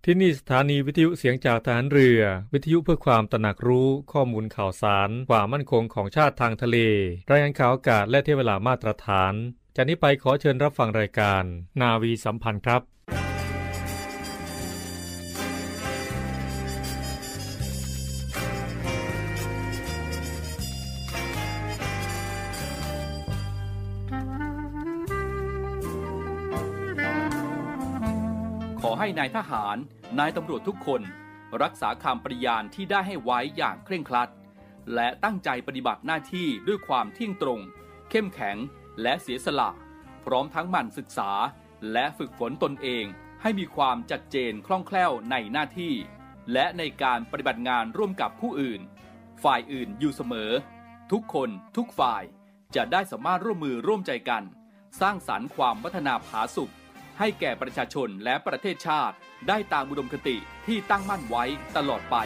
ที่นี่สถานีวิทยุเสียงจากทหารเรือวิทยุเพื่อความตระหนักรู้ข้อมูลข่าวสารความมั่นคงของชาติทางทะเลรายงานข่าวอากาศและเที่ยวเวลามาตรฐานจากนี้ไปขอเชิญรับฟังรายการนาวีสัมพันธ์ครับขอให้นายทหารนายตำรวจทุกคนรักษาคำปฏิญาณที่ได้ให้ไว้อย่างเคร่งครัดและตั้งใจปฏิบัติหน้าที่ด้วยความเที่ยงตรงเข้มแข็งและเสียสละพร้อมทั้งหมั่นศึกษาและฝึกฝนตนเองให้มีความชัดเจนคล่องแคล่วในหน้าที่และในการปฏิบัติงานร่วมกับผู้อื่นฝ่ายอื่นอยู่เสมอทุกคนทุกฝ่ายจะได้สามารถร่วมมือร่วมใจกันสร้างสรรค์ความพัฒนาผาสุกให้แก่ประชาชนและประเทศชาติได้ตามอุดมคติที่ตั้งมั่นไว้ตลอดไป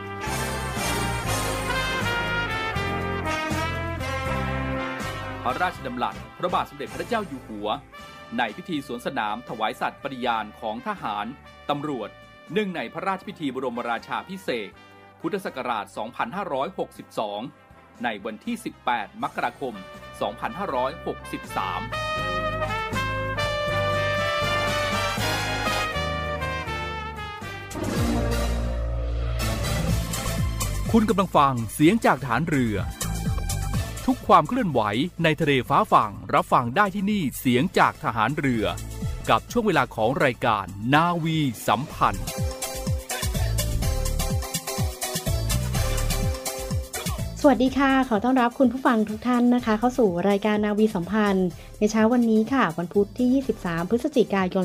พระราชดำรัสพระบาทสมเด็จพระเจ้าอยู่หัวในพิธีสวนสนามถวายสัตย์ปฏิญาณของทหารตำรวจเนื่องในพระราชพิธีบรมราชาภิเษกพุทธศักราช 2562 ในวันที่ 18 มกราคม 2563คุณกำลังฟังเสียงจากฐานเรือทุกความเคลื่อนไหวในทะเลฟ้าฝั่งรับฟังได้ที่นี่เสียงจากทหารเรือกับช่วงเวลาของรายการนาวีสัมพันธ์สวัสดีค่ะขอต้อนรับคุณผู้ฟังทุกท่านนะคะเข้าสู่รายการนาวีสัมพันธ์ในเช้าวันนี้ค่ะวันพุธที่23พฤศจิกายน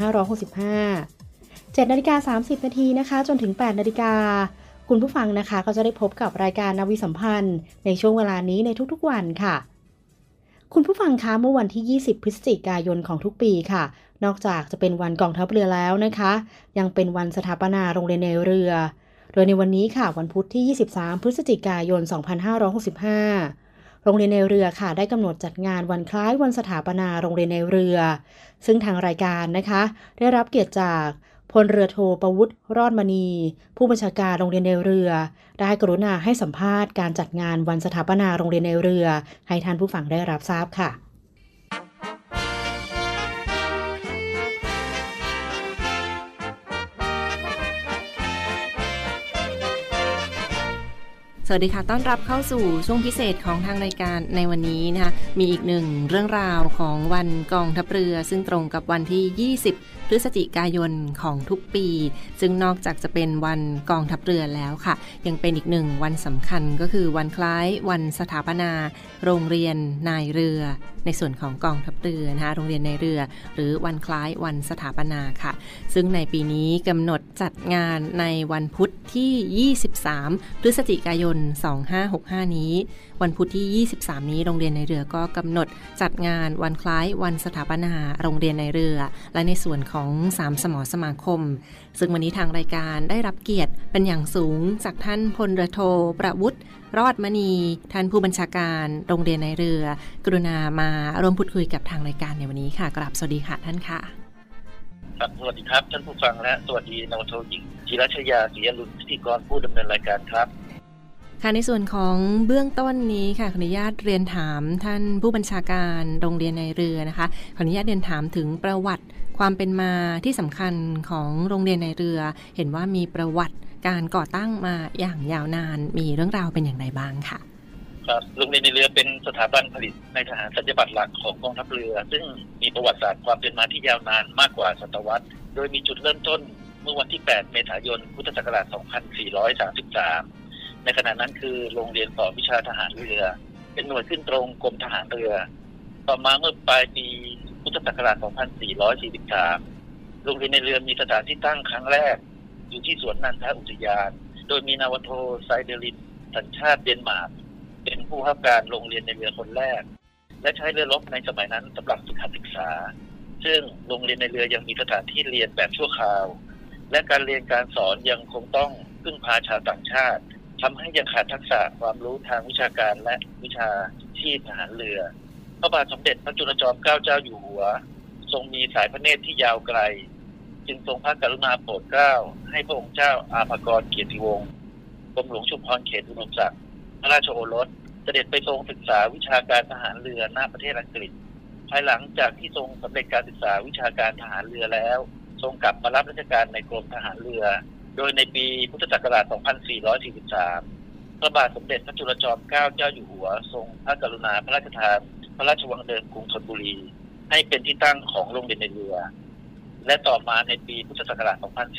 2565 7:30 นาทีนะคะจนถึง 8 นาฬิกาคุณผู้ฟังนะคะก็จะได้พบกับรายการนาวีสัมพันธ์ในช่วงเวลานี้ในทุกๆวันค่ะคุณผู้ฟังคะเมื่อวันที่20พฤศจิกายนของทุกปีค่ะนอกจากจะเป็นวันกองทัพเรือแล้วนะคะยังเป็นวันสถาปนาโรงเรียนในเรือโดยในวันนี้ค่ะวันพุธที่23พฤศจิกายน2565โรงเรียนในเรือค่ะได้กำหนดจัดงานวันคล้ายวันสถาปนาโรงเรียนในเรือซึ่งทางรายการนะคะได้รับเกียรติจากพลเรือโทประวุฒิรอดมณีผู้บัญชาการโรงเรียนในเรือได้กรุณาให้สัมภาษณ์การจัดงานวันสถาปนาโรงเรียนในเรือให้ท่านผู้ฟังได้รับทราบค่ะสวัสดีค่ะต้อนรับเข้าสู่ช่วงพิเศษของทางรายการในวันนี้นะคะมีอีกหนึ่งเรื่องราวของวันกองทัพเรือซึ่งตรงกับวันที่20พฤศจิกายนของทุกปีซึ่งนอกจากจะเป็นวันกองทัพเรือแล้วค่ะยังเป็นอีกหนึ่งวันสำคัญก็คือวันคล้ายวันสถาปนาโรงเรียนนายเรือในส่วนของกองทัพเรือนะคะโรงเรียนนายเรือหรือวันคล้ายวันสถาปนาค่ะซึ่งในปีนี้กำหนดจัดงานในวันพุธที่23พฤศจิกายน2565นี้วันพุธที่23นี้โรงเรียนในเรือก็กำหนดจัดงานวันคล้ายวันสถาปนาโรงเรียนในเรือและในส่วนของ3สมสมาคมซึ่งวันนี้ทางรายการได้รับเกียรติเป็นอย่างสูงจากท่านพลเรือโทประวุฒิรอดมณีท่านผู้บัญชาการโรงเรียนในเรือกรุณามาร่วมพูดคุยกับทางรายการในวันนี้ค่ะกราบสวัสดีค่ะท่านค่ะครับสวัสดีครับท่านผู้ฟังและสวัสดีนาวโทหญิงจิรชยาศรีอรุณพิธีกรผู้ดำเนินรายการครับค่ะในส่วนของเบื้องต้นนี้ค่ะขออนุญาตเรียนถามท่านผู้บัญชาการโรงเรียนในเรือนะคะขออนุญาตเรียนถามถึงประวัติความเป็นมาที่สำคัญของโรงเรียนในเรือเห็นว่ามีประวัติการก่อตั้งมาอย่างยาวนานมีเรื่องราวเป็นอย่างไรบ้างค่ะครับโรงเรียนในเรือเป็นสถาบันผลิตในทหารสัญญาบัตรหลักของกองทัพเรือซึ่งมีประวัติศาสตร์ความเป็นมาที่ยาวนานมากกว่าศตวรรษโดยมีจุดเริ่มต้นเมื่อวันที่8เมษายนพุทธศักราช2433ในขณะนั้นคือโรงเรียนสอนวิชาทหารเรือเป็นหน่วยขึ้นตรงกรมทหารเรือต่อมาเมื่อปลายปีพุทธศักราช2443โรงเรียนในเรือมีสถานที่ตั้งครั้งแรกอยู่ที่สวนนันทอุทยานโดยมีนาวโทไซเดลินสัญชาติเดนมาร์กเป็นผู้รับการโรงเรียนในเรือคนแรกและใช้เรือรบในสมัยนั้นสำหรับฝึกหัดศึกษาซึ่งโรงเรียนในเรือยังมีสถานที่เรียนแบบชั่วคราวและการเรียนการสอนยังคงต้องพึ่งพาชาวต่างชาติทำให้ยังขาดทักษะความรู้ทางวิชาการและวิชาชีพทหารเรือพระบาทสมเด็จพระจุลจอมเกล้าเจ้าอยู่หัวทรงมีสายพระเนตรที่ยาวไกลจึงทรงพระกรุณาโปรดเกล้าให้พระองค์เจ้าอาภากรเกียรติวงศ์กรมหลวงชุมพรเขตอุดมศักดิ์พระราชโอรสเสด็จไปทรงศึกษาวิชาการทหารเรือณประเทศอังกฤษภายหลังจากที่ทรงสำเร็จการศึกษาวิชาการทหารเรือแล้วทรงกลับมารับราชการในกรมทหารเรือโดยในปีพุทธศักราช 2443 พระบาทสมเด็จพระจุลจอมเกล้าเจ้าอยู่หัวทรงพระกรุณาพระราชทานพระราชวังเดิมกรุงธนบุรีให้เป็นที่ตั้งของโรงเรียนในเรือและต่อมาในปีพุทธศักราช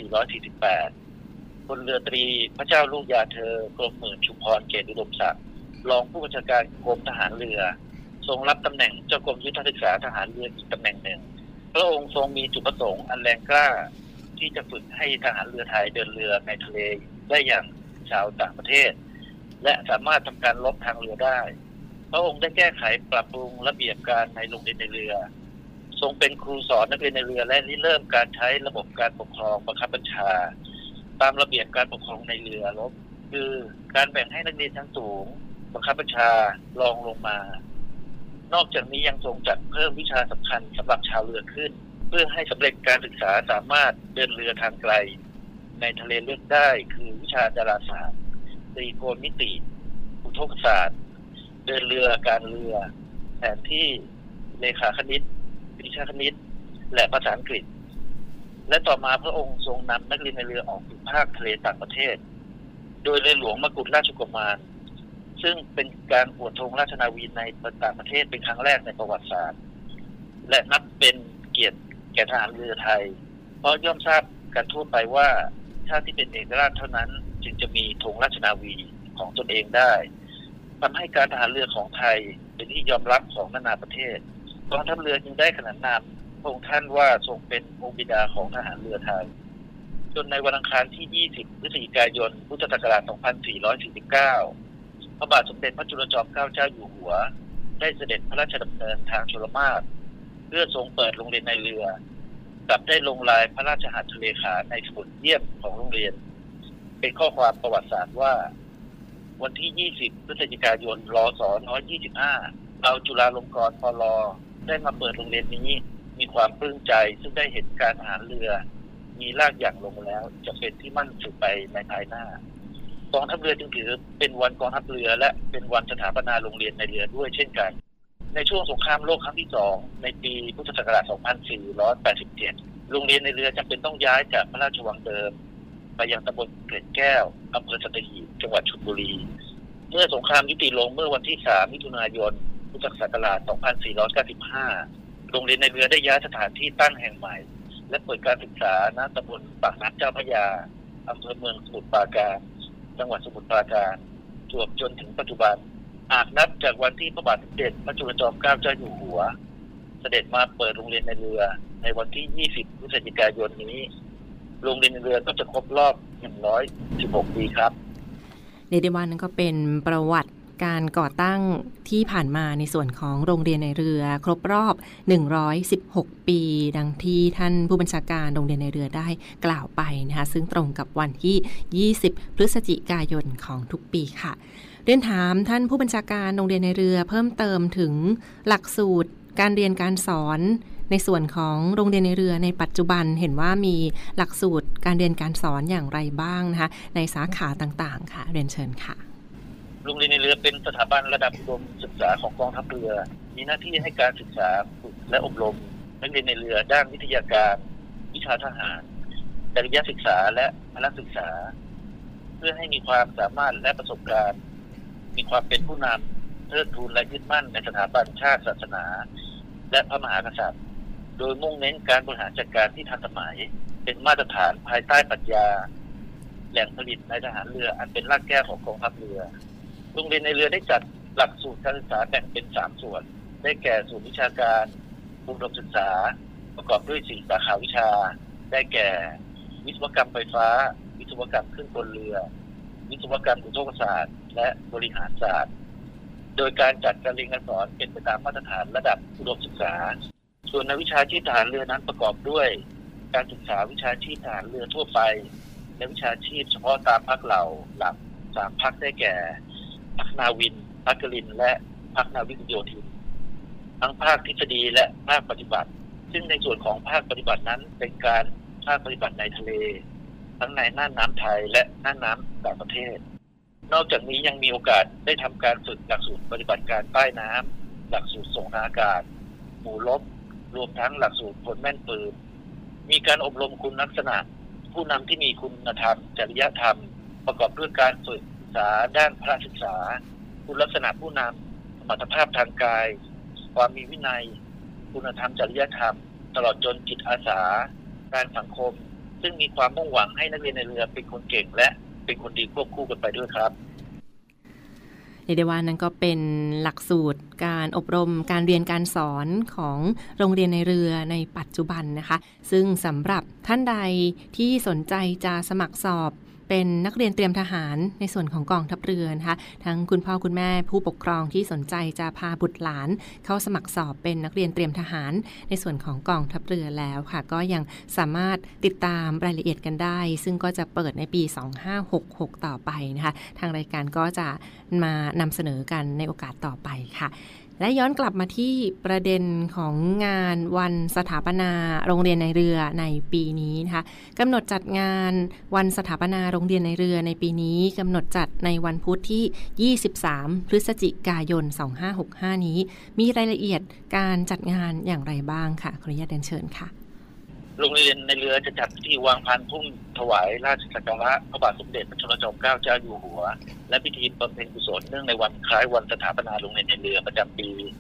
2448 พลเรือตรีพระเจ้าลูกยาเธอกรมหมื่นชุมพรเขตอุดมศักดิ์รองผู้บัญชาการกรมทหารเรือทรงรับตำแหน่งเจ้ากรมยุทธศึกษาทหารเรืออีกตำแหน่งหนึ่งพระองค์ทรงมีจุดประสงค์อันแรงกล้าที่จะฝึกให้ทหารเรือไทยเดินเรือในทะเลได้อย่างชาวต่างประเทศและสามารถทำการรบทางเรือได้พระองค์ได้แก้ไขปรับปรุงระเบียบการในโรงเรียนในเรือทรงเป็นครูสอนนักเรียนในเรือและริเริ่มการใช้ระบบการปกครองบังคับบัญชาตามระเบียบการปกครองในเรือรบคือการแบ่งให้นักเรียนชั้นสูงบังคับบัญชารองลงมานอกจากนี้ยังทรงจัดเพิ่มวิชาสำคัญสำหรับชาวเรือขึ้นเพื่อให้สำเร็จการศึกษาสามารถเดินเรือทางไกลในทะเลลึกได้คือวิชาดาราศาสตร์ตรีโกณมิติอุทกศาสตร์เดินเรือการเรือแผนที่เลขาคณิตวิชาคณิตและภาษาอังกฤษและต่อมาพระองค์ทรงนำนักเรียนในเรือออกสู่ภาคทะเลต่างประเทศโดยเรือหลวงมกุฎราชกุมารซึ่งเป็นการอวดธงราชนาวีในต่างประเทศเป็นครั้งแรกในประวัติศาสตร์และนับเป็นเกียรติแก่ทหารเรือไทยเพราะย่อมทราบกันทั่วไปว่าชาติที่เป็นเอกราชเท่านั้นจึงจะมีธงราชนาวีของตนเองได้ทำให้การทหารเรือของไทยเป็นที่ยอมรับของนานาประเทศกองทัพเรือจึงได้ขนานนามพระองค์ท่านว่าทรงเป็นองค์บิดาของทหารเรือไทยจนในวันอังคารที่ 20 พฤศจิกายน พุทธศักราช 2449 พระบาทสมเด็จพระจุลจอมเกล้าเจ้าอยู่หัวได้เสด็จพระราชดำเนินทางชลมารเพื่อทรงเปิดโรงเรียนในเรือกลับได้ลงลายพระราชหัตถเลขาในสมุดเยี่ยมของโรงเรียนเป็นข้อความประวัติศาสตร์ว่าวันที่ 20 พฤศจิกายน รศ. 125 เราจุฬาลงกรณ์ ปล.ได้มาเปิดโรงเรียนนี้มีความปลื้มใจซึ่งได้เห็นการทหารเรือมีรากหยั่งลงแล้วจะเป็นที่มั่นสืบไปในภายหน้ากองทัพเรือจึงถือเป็นวันกองทัพเรือและเป็นวันสถาปนาโรงเรียนในเรือด้วยเช่นกันในช่วงสงครามโลกครั้งที่ 2ในปีพุทธศักราช 2487 โรงเรียนในเรือจำเป็นต้องย้ายจากพระราชวังเดิมไปยังตำบลเกล็ดแก้วอำเภอสัตหีบจังหวัดชลบุรีเมื่อสงครามยุติลงเมื่อวันที่ 3 มิถุนายน พุทธศักราช 2495 โรงเรียนในเรือได้ย้ายสถานที่ตั้งแห่งใหม่และเปิดการศึกษาณตำบลปากน้ำเจ้าพระยาอำเภอเมืองสมุทรปราการจังหวัดสมุทรปราการจนถึงปัจจุบันหากนับจากวันที่พระบาทสมเด็จพระจุลจอมเกล้าเจ้าอยู่หัวเสด็จมาเปิดโรงเรียนในเรือในวันที่ 20 พฤศจิกายนนี้โรงเรียนในเรือก็จะครบรอบ116 ปีครับเรียกได้ว่านั่นก็เป็นประวัติการก่อตั้งที่ผ่านมาในส่วนของโรงเรียนในเรือครบรอบ116 ปีดังที่ท่านผู้บัญชาการโรงเรียนในเรือได้กล่าวไปนะคะซึ่งตรงกับวันที่ 20 พฤศจิกายนของทุกปีค่ะเรียนถามท่านผู้บัญชาการโรงเรียนในเรือเพิ่มเติมถึงหลักสูตรการเรียนการสอนในส่วนของโรงเรียนในเรือในปัจจุบันเห็นว่ามีหลักสูตรการเรียนการสอนอย่างไรบ้างนะคะในสาขาต่างๆค่ะเรียนเชิญค่ะโรงเรียนในเรือเป็นสถาบันระดับอุดมศึกษาของกองทัพเรือมีหน้าที่ให้การศึกษาฝึกและอบรมนักเรียนในเรือด้านวิทยาการวิชาทหารจริยศึกษาและพละศึกษาเพื่อให้มีความสามารถและประสบการณ์มีความเป็นผู้นำเทิดทูนและยึดมั่นในสถาบันชาติศาสนาและพระมหากษัตริย์โดยมุ่งเน้นการบริหารจัดการที่ทันสมัยเป็นมาตรฐานภายใต้ปรัชญาแหล่งผลิตในทหารเรืออันเป็นรากแก้วของกองทัพเรือโรงเรียนในเรือได้จัดหลักสูตรการศึกษาแบ่งเป็น 3 ส่วนได้แก่ส่วนวิชาการอุดมศึกษาประกอบด้วย4สาขาวิชาได้แก่วิศวกรรมไฟฟ้าวิศวกรรมเครื่องกลเรือวิศวกรรมอุทกศาสตร์และบริหารศาสตร์โดยการจัดการเรียนการสอนเป็นไปตามมาตรฐานระดับอุดมศึกษาส่วนในวิชาชีพทหารเรือนั้นประกอบด้วยการศึกษาวิชาชีพทหารเรือทั่วไปและวิชาชีพเฉพาะตามภาคเหล่าหลัก3ภาคได้แก่ภาคนาวินภาคกลินและภาคนาวิกโยธินทั้งภาคทฤษฎีและภาคปฏิบัติซึ่งในส่วนของภาคปฏิบัตินั้นเป็นการภาคปฏิบัติในทะเลทั้งในน่านน้ำไทยและน่านน้ำต่างประเทศนอกจากนี้ยังมีโอกาสได้ทำการฝึกหลักสูตรปฏิบัติการใต้น้ำหลักสูตรส่งทางอากาศหมู่รบรวมทั้งหลักสูตรพลแม่นปืนมีการอบรมคุณลักษณะผู้นำที่มีคุณธรรมจริยธรรมประกอบด้วยการฝึกศึกษาด้านพระศึกษาคุณลักษณะผู้นำสมรรถภาพทางกายความมีวินัยคุณธรรมจริยธรรมตลอดจนจิตอาสาการสังคมซึ่งมีความมุ่งหวังให้นักเรียนในเรือเป็นคนเก่งและเป็นคนดีควบคู่กันไปด้วยครับเรียกได้ว่านั่นก็เป็นหลักสูตรการอบรมการเรียนการสอนของโรงเรียนในเรือในปัจจุบันนะคะซึ่งสำหรับท่านใดที่สนใจจะสมัครสอบเป็นนักเรียนเตรียมทหารในส่วนของกองทัพเรือนะคะทั้งคุณพ่อคุณแม่ผู้ปกครองที่สนใจจะพาบุตรหลานเข้าสมัครสอบเป็นนักเรียนเตรียมทหารในส่วนของกองทัพเรือแล้วค่ะก็ยังสามารถติดตามรายละเอียดกันได้ซึ่งก็จะเปิดในปี2566ต่อไปนะคะทางรายการก็จะมานำเสนอกันในโอกาสต่อไปค่ะและย้อนกลับมาที่ประเด็นของงานวันสถาปนาโรงเรียนในเรือในปีนี้นะคะกำหนดจัดงานวันสถาปนาโรงเรียนในเรือในปีนี้กำหนดจัดในวันพุธที่23พฤศจิกายน2565นี้มีรายละเอียดการจัดงานอย่างไรบ้างค่ะขออนุญาตเรียนเชิญค่ะโรงเรียนในเรือจะจัดพิธีวางพานพุ่มถวายราชสักการะพระบาทสมเด็จพระชนจอมเกล้าเจ้าอยู่หัวและพิธีบำเพ็ญกุศลเนื่องในวันคล้ายวันสถาปนาโรงเรียนในเรือประจำปี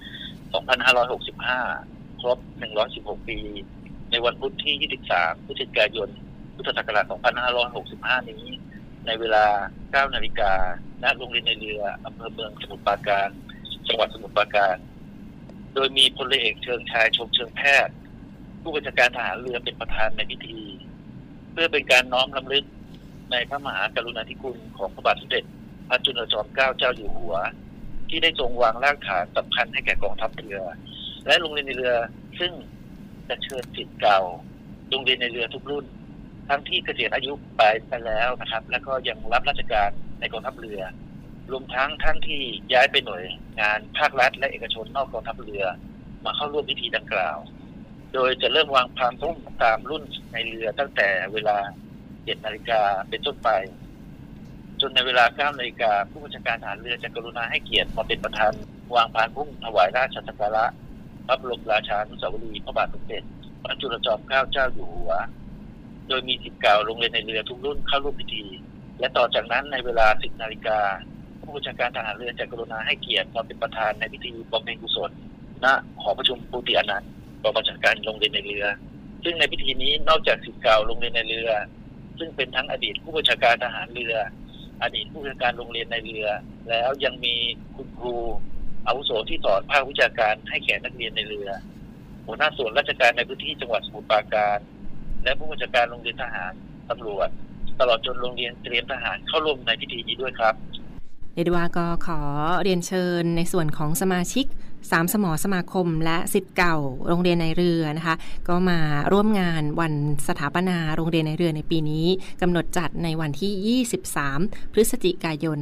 2565 ครบ 116 ปี ในวันพุธที่ 23 พฤศจิกายน พุทธศักราช 2565 นี้ในเวลา 9 นาฬิกาณ โรงเรียนในเรืออำเภอเมืองสมุทรปราการจังหวัดสมุทรปราการโดยมีพลเรือเอกเชิงชายชมเชิงแพทย์ผู้บัญชาการทหารเรือเป็นประธานในพิธีเพื่อเป็นการน้อมรำลึกในพระมหากรุณาธิคุณของพระบาทสมเด็จพระจุลจอมเกล้าเจ้าอยู่หัวที่ได้ทรงวางรากฐานสำคัญให้แก่กองทัพเรือและโรงเรียนในเรือซึ่งจะเชิญศิษย์เก่าโรงเรียนในเรือทุกรุ่นทั้งที่เกษียณอายุไปแล้วนะครับและก็ยังรับราชการในกองทัพเรือรวมทั้งท่านที่ย้ายไปหน่วยงานภาครัฐและเอกชนนอกกองทัพเรือมาเข้าร่วมพิธีดังกล่าวโดยจะเริ่มวางพานพุ่มตามรุ่นในเรือตั้งแต่เวลา 7 นาฬิกาเป็นต้นไปจนในเวลา 9 นาฬิกาผู้บัญชาการทหารเรือจะกรุณาให้เกียรติมาเป็นประธานวางพานพุ่มถวายราชสักการะพระบรมราชานุสาวรีย์พระบาทสมเด็จพระจุลจอมเกล้าเจ้าอยู่หัวโดยมีศิษย์เก่าโรงเรียนในเรือทุกรุ่นเข้าร่วมพิธีและต่อจากนั้นในเวลา 10 นาฬิกาผู้บัญชาการทหารเรือจะกรุณาให้เกียรติมาเป็นประธานในพิธีบำเพ็ญกุศลณหอประชุมปูติอนันต์กองบัญชาการโรงเรียนในเรือซึ่งในพิธีนี้นอกจากศิษย์เก่าโรงเรียนในเรือซึ่งเป็นทั้งอดีตผู้บัญชาการทหารเรืออดีตผู้บัญชาการโรงเรียนในเรือแล้วยังมีคุณครูอาวุโสที่สอนภาควิชาการให้แก่นักเรียนในเรือหัวหน้าส่วนราชการในพื้นที่จังหวัดสมุทรปราการและผู้บัญชาการโรงเรียนทหารตำรวจตลอดจนโรงเรียนเตรียมทหารเข้าร่วมในพิธีนี้ด้วยครับเดดวาก็ขอเรียนเชิญในส่วนของสมาชิก3 สมสมาคมและศิษย์เก่าโรงเรียนในเรือนะคะก็มาร่วมงานวันสถาปนาโรงเรียนในเรือในปีนี้กำหนดจัดในวันที่23พฤศจิกายน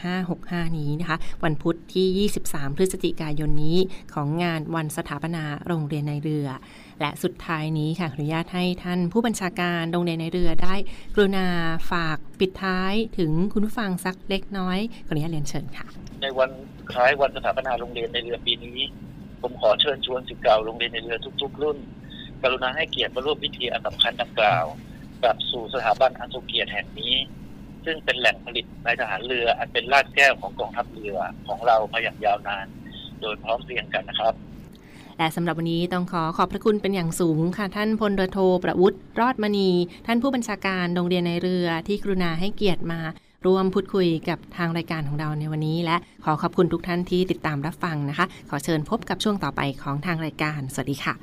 2565นี้นะคะวันพุธที่23พฤศจิกายนนี้ของงานวันสถาปนาโรงเรียนในเรือและสุดท้ายนี้ค่ะขออนุญาตให้ท่านผู้บัญชาการโรงเรียนในเรือได้กรุณาฝากปิดท้ายถึงคุณผู้ฟังสักเล็กน้อยขออนุญาตเรียนเชิญค่ะในวันคล้ายวันสถาปนาโรงเรียนในเรือปีนี้ผมขอเชิญชวนศิษย์เก่าโรงเรียนในเรือทุกๆรุ่นกรุณาให้เกียรติมาร่วมพิธีอันสำคัญดังกล่าวกลับสู่สถาบันอันทรงเกียรติแห่งนี้ซึ่งเป็นแหล่งผลิตนายทหารเรืออันเป็นรากแก้วของกองทัพเรือของเรามาอย่างยาวนานโดยพร้อมเพรียงกันนะครับและสำหรับวันนี้ต้องขอบพระคุณเป็นอย่างสูงค่ะท่านพลเรือโทประวุฒิรอดมณีท่านผู้บัญชาการโรงเรียนในเรือที่กรุณาให้เกียรติมาร่วมพูดคุยกับทางรายการของเราในวันนี้และขอขอบคุณทุกท่านที่ติดตามรับฟังนะคะขอเชิญพบกับช่วงต่อไปของทางรายการสวัสดีค่ะ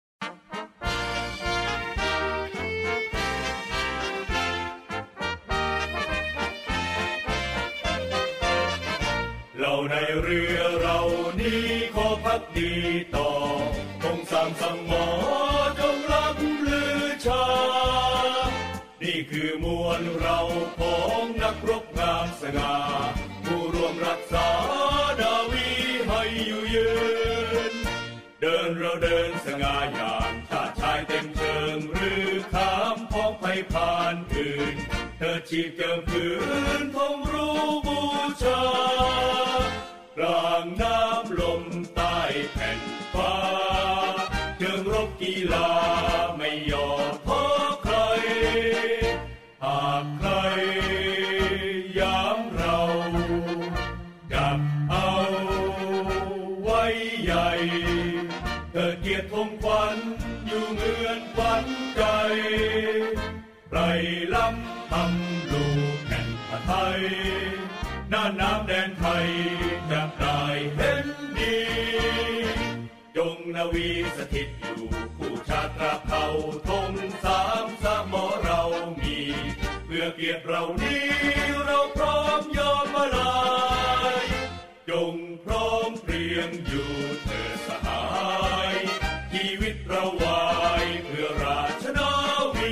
เราในเรือเรานี้ขอพักดีต่อคงสามสมอจงล้ำลือชานี่คือมวลเราของนักรบงามสง่าผู้รวมรักษาดาวีให้อยู่ยืนเดินเราเดินสง่าอย่างชาติชายเต็มเชิงหรือข้ามพ้ผ่านคืนเธอชีพเจิมพื้นธงรู้บูชากลางน้ำลมใต้แผ่นฟ้าเชิงรบกีฬาไม่ย่อท้อใครหากใครย้ำเราจับเอาไว้ใหญ่เธอเกียรติธงขวัญอยู่เมืองขวัญใจไพรล้ำทำลูกแผ่นผ้าไทยน่านน้ำแดนไทยจะได้เห็นดีจงนาวีสถิตอยู่คู่ชาติตราเผ่าธงสามสมอเรามีเพื่อเกียรติเรานี้เราพร้อมยอมมาลายจงพร้อมเพรียงอยู่เถิดสหายชีวิตเราวายเพื่อราชนาวี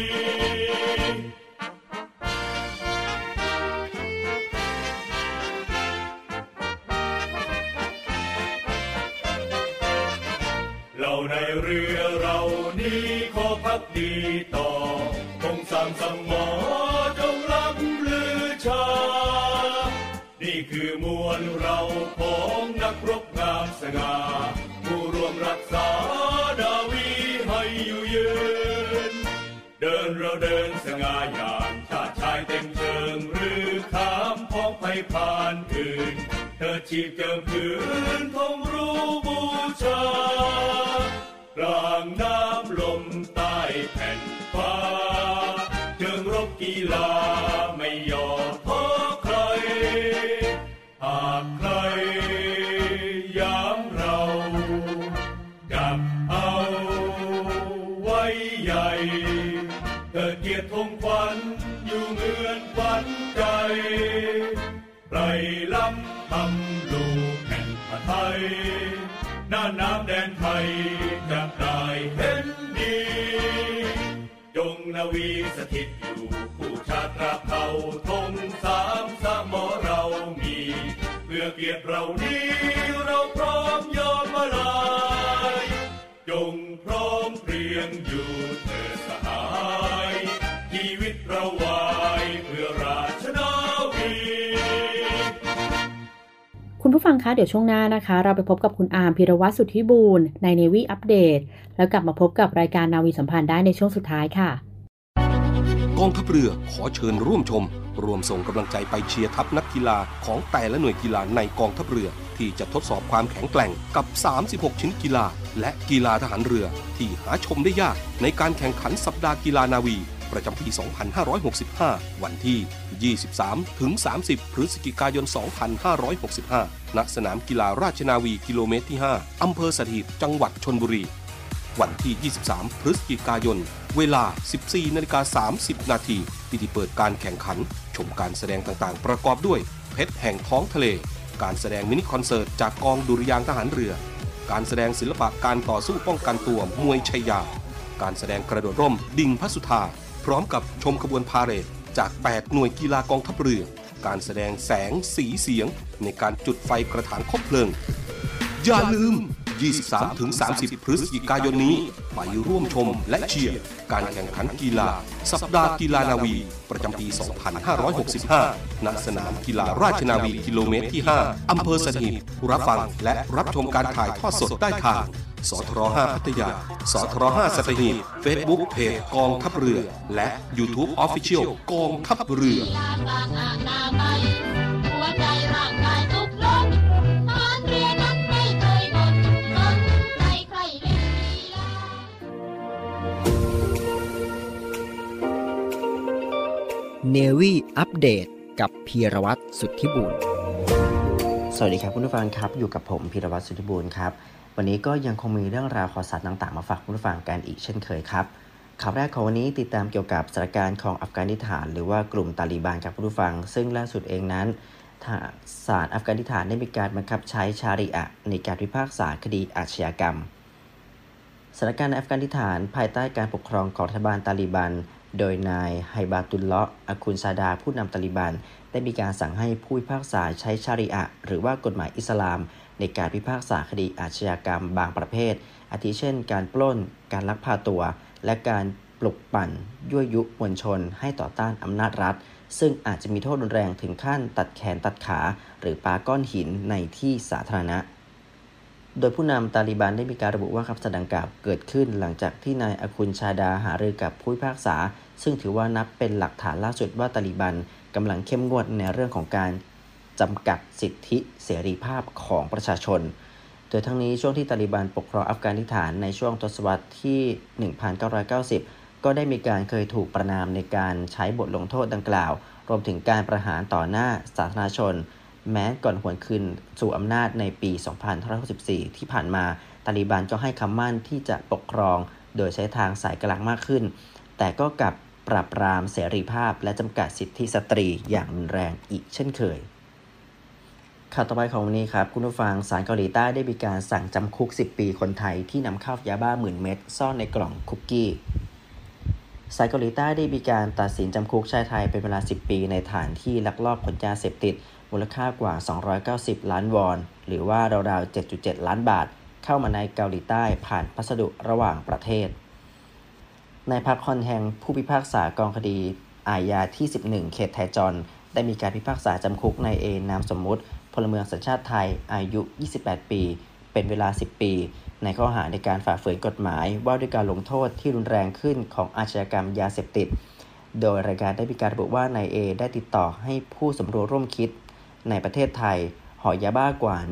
เราในเรือเรานี้ขอพักดีต่อคงสามสมอจงล้ำลือชานี่คือมวลเราของนักรบงามสง่าผู้ร่วมรักษานาวีให้อยู่ยืนเดินเราเดินสง่าอย่างชาติชายเต็มเชิงหรือขามพ้องไปผ่านคืนเธอชีพเจิมพื้นธงรู้บูชากลางน้ำลมใต้แผ่นฟ้าเชิงรบกีฬาไม่ย่อท้อใครหากใครย้ำเราจับเอาไว้ใหญ่เกิดเกียรติธงขวัญอยู่เมืองขวัญใจไพรล้ำทำลูกแผ่นผ้าไทยน่านน้ำแดนไทยจะได้เห็นดีจงนาวีสถิตอยู่คู่ชาติตราเผ่าธงสามสมอเรามีเพื่อเกียรติเรานี้เราพร้อมยอมมาลายจงพร้อมเพรียงอยู่เถิดสหายชีวิตเราวายเพื่อราชนาวีคุณผู้ฟังคะเดี๋ยวช่วงหน้านะคะเราไปพบกับคุณอาร์มพีรวัตรสุทธิบูรณ์ใน Navy Update แล้วกลับมาพบกับรายการนาวีสัมพันธ์ได้ในช่วงสุดท้ายค่ะกองทัพเรือขอเชิญร่วมชมรวมส่งกำลังใจไปเชียร์ทัพนักกีฬาของแต่ละหน่วยกีฬาในกองทัพเรือที่จะทดสอบความแข็งแกร่งกับ36ชิ้นกีฬาและกีฬาทหารเรือที่หาชมได้ยากในการแข่งขันสัปดาห์กีฬานาวีประจำปี 2565 วันที่ 23-30 พฤศจิกายน 2565 ณ สนามกีฬาราชนาวีกิโลเมตรที่ 5 อำเภอสถิต จังหวัดชลบุรี วันที่ 23 พฤศจิกายน เวลา 14:30 น.พิธีเปิดการแข่งขันชมการแสดงต่างๆประกอบด้วยเพชรแห่งท้องทะเลการแสดงมินิคอนเสิร์ตจากกองดุริยางค์ทหารเรือการแสดงศิลปะการต่อสู้ป้องกันตัวมวยชัยยาการแสดงกระโดดร่มดิ่งพระสุธาพร้อมกับชมขบวนพาเหรดจาก 8 หน่วยกีฬากองทัพเรือการแสดงแสงสีเสียงในการจุดไฟกระถางคบเพลิงอย่าลืม 23-30 พฤศจิกายนนี้ไปร่วมชมและเชียร์การแข่งขันกีฬาสัปดาห์กีฬานาวีประจำปี 2565 ณ สนามกีฬาราชนาวีกิโลเมตรที่ 5 อำเภอสถิต รับฟังและรับชมการถ่ายทอดสดได้ทางสทร5พัทยาสทร5สัตหีบ Facebook เพจกองทัพเรือและ YouTube Official กองทัพเรือ Navy Update กับพีรวัตรสุทธิบูรณ์สวัสดีครับคุณผู้ฟังครับอยู่กับผมพีรวัตรสุทธิบูรณ์ครับวันนี้ก็ยังคงมีเรื่องราวข่าวสารต่างๆมาฝากคุณผู้ฟังกันอีกเช่นเคยครับข่าวแรกของวันนี้ติดตามเกี่ยวกับสถานการณ์ของอัฟกานิสถานหรือว่ากลุ่มตาลีบันครับคุณผู้ฟังซึ่งล่าสุดเองนั้นศาลอัฟกานิสถานได้มีการบังคับใช้ชาริอะห์ในการพิพากษาคดีอาชญากรรมสถานการณ์ในอัฟกานิสถานภายใต้การปกครองของรัฐบาลตาลีบันโดยนายไฮบาตุลเลาะห์ อัคุนซาดาผู้นำตาลีบันได้มีการสั่งให้ผู้พิพากษาใช้ชาริอะห์หรือว่ากฎหมายอิสลามในการพิพากษาคดีอาชญากรรมบางประเภทอาทิเช่นการปล้นการลักพาตัวและการปลุกปั่นยั่วยุมวลชนให้ต่อต้านอำนาจรัฐซึ่งอาจจะมีโทษรุนแรงถึงขั้นตัดแขนตัดขาหรือปาก้อนหินในที่สาธารณะโดยผู้นำตาลิบันได้มีการระบุว่าคำสั่งดังกล่าวเกิดขึ้นหลังจากที่นายอาคุนชาดาหารือกับผู้พิพากษาซึ่งถือว่านับเป็นหลักฐานล่าสุดว่าตาลิบันกำลังเข้มงวดในเรื่องของการจำกัดสิทธิเสรีภาพของประชาชนโดยทั้งนี้ช่วงที่ตาลิบันปกครองอัฟกานิสถานในช่วงทศวรรษที่ 1990 ก็ได้มีการเคยถูกประณามในการใช้บทลงโทษดังกล่าวรวมถึงการประหารต่อหน้าสาธารณชนแม้ก่อนหวนคืนสู่อำนาจในปี 2564 ที่ผ่านมาตาลิบันก็ให้คำมั่นที่จะปกครองโดยใช้ทางสายกลางมากขึ้นแต่ก็กลับปราบปรามเสรีภาพและจำกัดสิทธิสตรีอย่างรุนแรงอีกเช่นเคยข่าวต่อไปของวันนี้ครับคุณผู้ฟังศาลเกาหลีใต้ได้มีการสั่งจำคุก10 ปีคนไทยที่นำเข้ายาบ้า10,000 เม็ดซ่อนในกล่องคุกกี้ศาลเกาหลีใต้ได้มีการตัดสินจำคุกชายไทยเป็นเวลา10 ปีในฐานที่ลักลอบขนยาเสพติดมูลค่ากว่า290ล้านวอนหรือว่าราวๆ 7.7 ล้านบาทเข้ามาในเกาหลีใต้ผ่านพัสดุระหว่างประเทศนายพักฮอนแฮงผู้พิพากษากองคดีอาญาที่11เขตไทจอนได้มีการพิพากษาจำคุกนายเอนามสมมุติพลเมืองสัญชาติไทยอายุ28 ปีเป็นเวลา10 ปีในข้อหาในการฝ่าฝืนกฎหมายว่าด้วยการลงโทษที่รุนแรงขึ้นของอาชญากรรมยาเสพติดโดยรายการได้มีการระบุว่านายเอได้ติดต่อให้ผู้สำรวจร่วมคิดในประเทศไทยห่อยาบ้ากว่า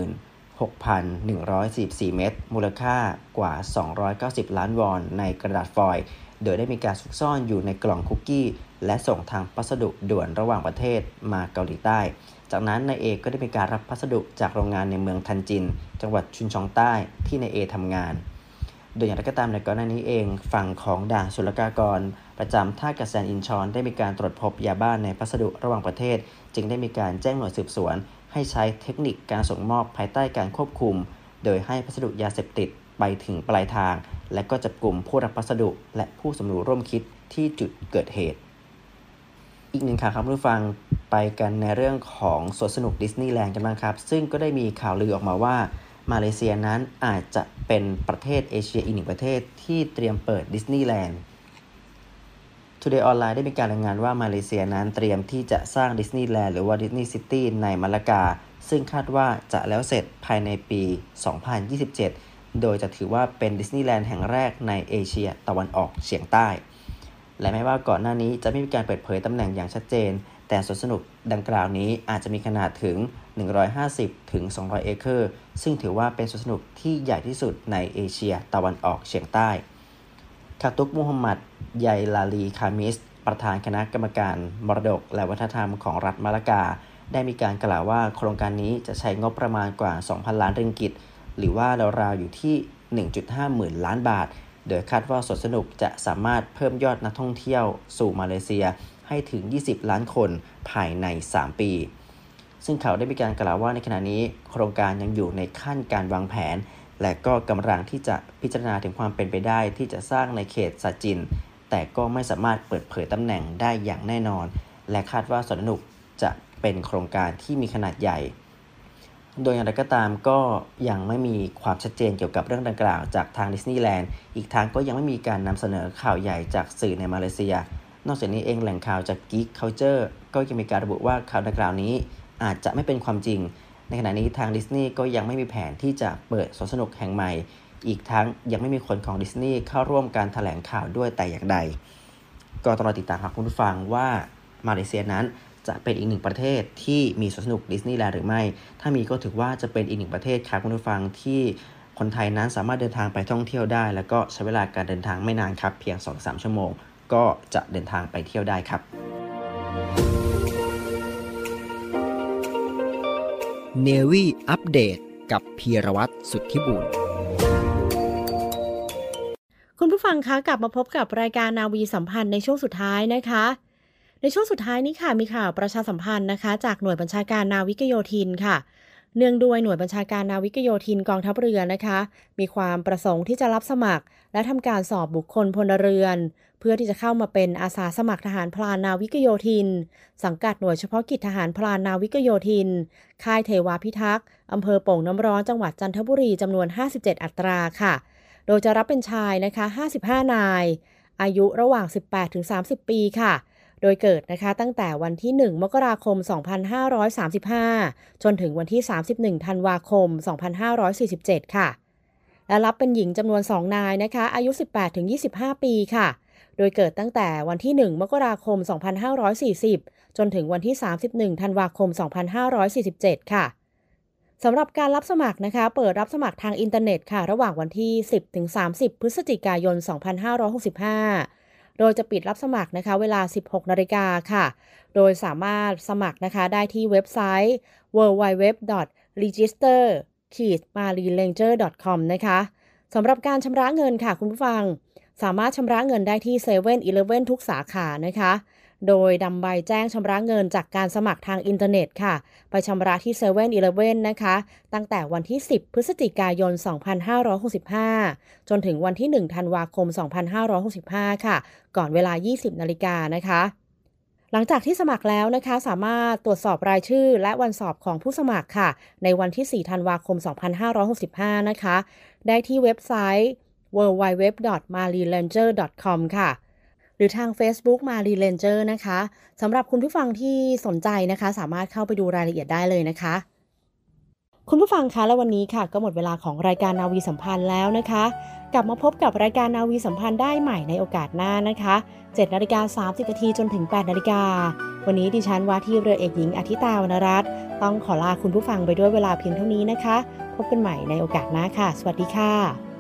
16,144 เม็ดมูลค่ากว่า290ล้านวอนในกระดาษฟอยล์โดยได้มีการซุกซ่อนอยู่ในกล่องคุกกี้และส่งทางพัสดุด่วนระหว่างประเทศมาเกาหลีใต้จากนั้นนายเอก็ได้มีการรับพัสดุจากโรงงานในเมืองทันจินจังหวัดชุนชองใต้ที่นายเอทำงานโดยอย่างไรก็ตามในก่อนหน้านี้เองฝั่งของด่านศุลกากรประจำท่ากาแซนอินชอนได้มีการตรวจพบยาบ้าในพัสดุระหว่างประเทศจึงได้มีการแจ้งหน่วยสืบสวนให้ใช้เทคนิคการส่งมอบภายใต้การควบคุมโดยให้พัสดุยาเสพติดไปถึงปลายทางและก็จับกลุ่มผู้รับพัสดุและผู้สำรวจร่วมคิดที่จุดเกิดเหตุอีกหนึ่งข่าวครับผู้ฟังไปกันในเรื่องของสวนสนุกดิสนีย์แลนด์กันบ้างครับซึ่งก็ได้มีข่าวลือออกมาว่ามาเลเซียนั้นอาจจะเป็นประเทศเอเชียอีกหนึ่งประเทศที่เตรียมเปิดดิสนีย์แลนด์ Today Online ได้มีการรายงานว่ามาเลเซียนั้นเตรียมที่จะสร้างดิสนีย์แลนด์หรือว่าดิสนีย์ซิตี้ในมาลากาซึ่งคาดว่าจะแล้วเสร็จภายในปี 2027 โดยจะถือว่าเป็นดิสนีย์แลนด์แห่งแรกในเอเชียตะวันออกเฉียงใต้และแม้ว่าก่อนหน้านี้จะไม่มีการเปิดเผยตำแหน่งอย่างชัดเจนแต่สวนสนุกดังกล่าวนี้อาจจะมีขนาดถึง150ถึง200เอเคอร์ซึ่งถือว่าเป็นสวนสนุกที่ใหญ่ที่สุดในเอเชียตะวันออกเฉียงใต้คาตุกมูฮัมหมัดไยลาลีคามิสประธานคณะกรรมการมรดกและวัฒนธรรมของรัฐมาลากาได้มีการกล่าวว่าโครงการนี้จะใช้งบประมาณกว่า 2,000 ล้านริงกิตหรือว่าราวๆอยู่ที่ 1.5 หมื่นล้านบาทโดยคาดว่าสวนสนุกจะสามารถเพิ่มยอดนักท่องเที่ยวสู่มาเลเซียให้ถึง20ล้านคนภายใน3ปีซึ่งเขาได้มีการกล่าวว่าในขณะนี้โครงการยังอยู่ในขั้นการวางแผนและก็กำลังที่จะพิจารณาถึงความเป็นไปได้ที่จะสร้างในเขตซาจินแต่ก็ไม่สามารถเปิดเผยตำแหน่งได้อย่างแน่นอนและคาดว่าสวนสนุกจะเป็นโครงการที่มีขนาดใหญ่โดยอย่างไรก็ตามก็ยังไม่มีความชัดเจนเกี่ยวกับเรื่องดังกล่าวจากทางดิสนีย์แลนด์อีกทางก็ยังไม่มีการนำเสนอข่าวใหญ่จากสื่อในมาเลเซียนอกจากนี้เองแหล่งข่าวจาก Geek Culture ก็ยังมีการระบุว่าข่าวดังกล่าวนี้อาจจะไม่เป็นความจริงในขณะนี้ทางดิสนีย์ก็ยังไม่มีแผนที่จะเปิดสวนสนุกแห่งใหม่อีกทั้งยังไม่มีคนของดิสนีย์เข้าร่วมการแถลงข่าวด้วยแต่อย่างใดก็ต้องรอติดตามครับคุณผู้ฟังว่ามาเลเซียนั้นจะเป็นอีกหนึ่งประเทศที่มีสวนสนุกดิสนีย์แลนด์หรือไม่ถ้ามีก็ถือว่าจะเป็นอีกหนึ่งประเทศครับคุณผู้ฟังที่คนไทยนั้นสามารถเดินทางไปท่องเที่ยวได้แล้วก็ใช้เวลาการเดินทางไม่นานครับเพียง 2-3 ชั่วโมงก็จะเดินทางไปเที่ยวได้ครับ Navy อัปเดตกับพีรวัตรสุทธิบุญคุณผู้ฟังคะกลับมาพบกับรายการนาวีสัมพันธ์ในช่วงสุดท้ายนะคะในช่วงสุดท้ายนี้ค่ะมีข่าวประชาสัมพันธ์นะคะจากหน่วยบัญชาการนาวิกโยธินค่ะเนื่องด้วยหน่วยบัญชาการนาวิกโยธินกองทัพเรือนะคะมีความประสงค์ที่จะรับสมัครและทำการสอบบุคคลพลเรือนเพื่อที่จะเข้ามาเป็นอาสาสมัครทหารพลานนาวิกโยธินสังกัดหน่วยเฉพาะกิจทหารพลานนาวิกโยธินค่ายเทวาพิทักษ์อำเภอโป่งน้ำร้อนจังหวัดจันทบุรีจำนวน57อัตราค่ะโดยจะรับเป็นชายนะคะ55นายอายุระหว่าง 18-30 ปีค่ะโดยเกิดนะคะตั้งแต่วันที่ 1 มกราคม 2535 จนถึงวันที่ 31 ธันวาคม 2547 ค่ะและรับเป็นหญิงจำนวน 2 นายนะคะอายุ 18-25 ปีค่ะโดยเกิดตั้งแต่วันที่ 1 มกราคม 2540 จนถึงวันที่ 31 ธันวาคม 2547 ค่ะสำหรับการรับสมัครนะคะเปิดรับสมัครทางอินเทอร์เน็ตค่ะระหว่างวันที่ 10-30 พฤศจิกายน 2565 โดยจะปิดรับสมัครนะคะเวลา 16 นาฬิกาค่ะโดยสามารถสมัครนะคะได้ที่เว็บไซต์ www.register-mariranger.com นะคะสำหรับการชำระเงินค่ะคุณผู้ฟังสามารถชำระเงินได้ที่ 7-Eleven ทุกสาขานะคะโดยนำใบแจ้งชำระเงินจากการสมัครทางอินเทอร์เน็ตค่ะไปชำระที่ 7-Eleven นะคะตั้งแต่วันที่ 10 พฤศจิกายน 2565 จนถึงวันที่ 1 ธันวาคม 2565 ค่ะก่อนเวลา 20 นาฬิกานะคะหลังจากที่สมัครแล้วนะคะสามารถตรวจสอบรายชื่อและวันสอบของผู้สมัครค่ะในวันที่ 4 ธันวาคม 2565 นะคะได้ที่เว็บไซต์ www.mariranger.com ค่ะหรือทาง Facebook Marine Ranger นะคะสำหรับคุณผู้ฟังที่สนใจนะคะสามารถเข้าไปดูรายละเอียดได้เลยนะคะคุณผู้ฟังคะและวันนี้ค่ะก็หมดเวลาของรายการนาวีสัมพันธ์แล้วนะคะกลับมาพบกับรายการนาวีสัมพันธ์ได้ใหม่ในโอกาสหน้านะคะ 7:30 นาทีจนถึง 8 นาฬิกาวันนี้ดิฉันว่าที่เรือเอกหญิงอธิตาวรรณรัตน์ต้องขอลาคุณผู้ฟังไปด้วยเวลาเพียงเท่านี้นะคะพบกันใหม่ในโอกาสหน้าค่ะสวัสดีค่ะ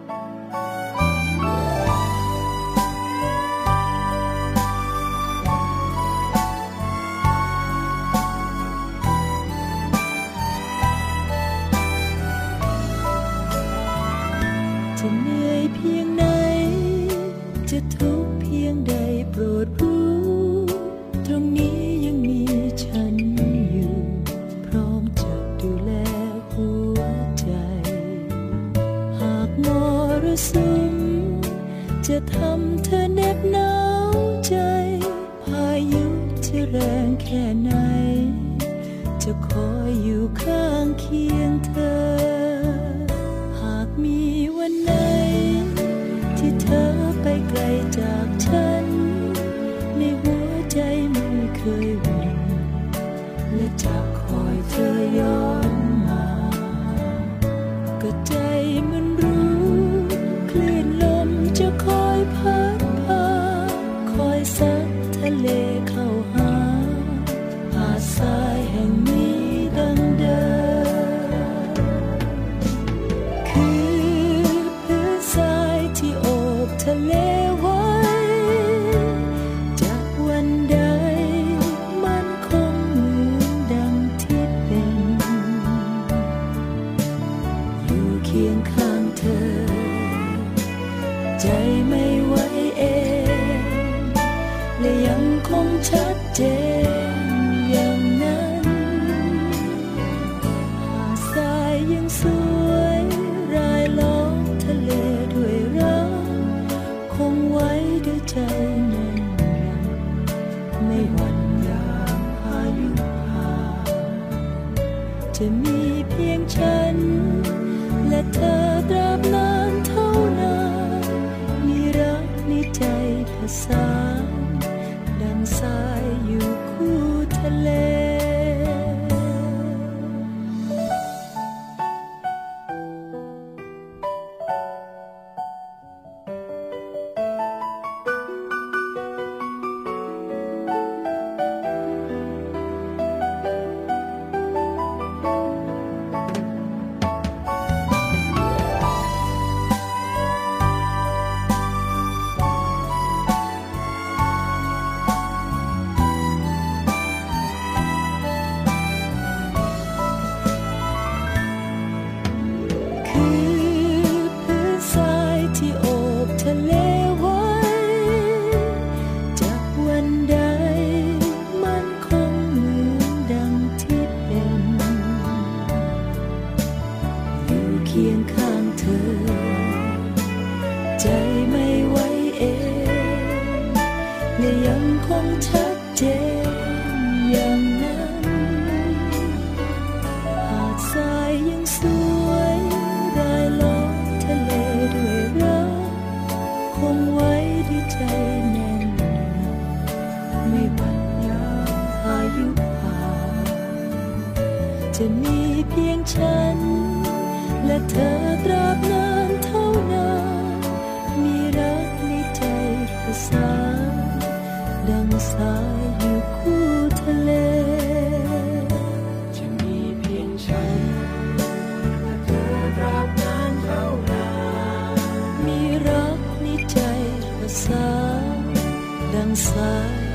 จะเหนื่อยเพียงไหนจะทุกข์เพียงใดโปรดรู้ตรงนี้ยังมีฉันอยู่พร้อมจะดูแลหัวใจหากมรสุมจะทำเธอเหน็บหนาวใจพายุจะแรงแค่ไหนจะคอยอยู่ข้างเคียงเธอหากมีวันไหนที่เธอไปไกลจากฉันในหัวใจไม่เคยหวั่นและจะคอยเธอย้อนมาก็ใจมันรู้คลื่นลมจะคอยพัดพาคอยซัดทะเลเข้าหาหาดทรายแห่งนี้ดังเดิมคือพื้นทรายที่โอบทะเลไว้จากวันใดมันคงเหมือนดังที่เป็นอยู่เคียงข้างเธอใจไม่ไหวเองและยังคงชัดเจนอย่างนั้นหาดทรายยังสวยรายล้อมทะเลด้วยรักคงไว้ด้วยใจแน่นยังไม่หวั่นยามพายุผ่านจะมีเพียงฉันและเธอตราบนานเท่านานมีรักในใจผสานดังทรายอยู่คู่ทะเลจะมีเพียงฉันและเธอตราบนานเท่านานมีรักในใจประสานดังสายอยู่คู่ทะเลจะมีเพียงฉันและเธอตราบนานเท่านานมีรักในใจประสานดังสาย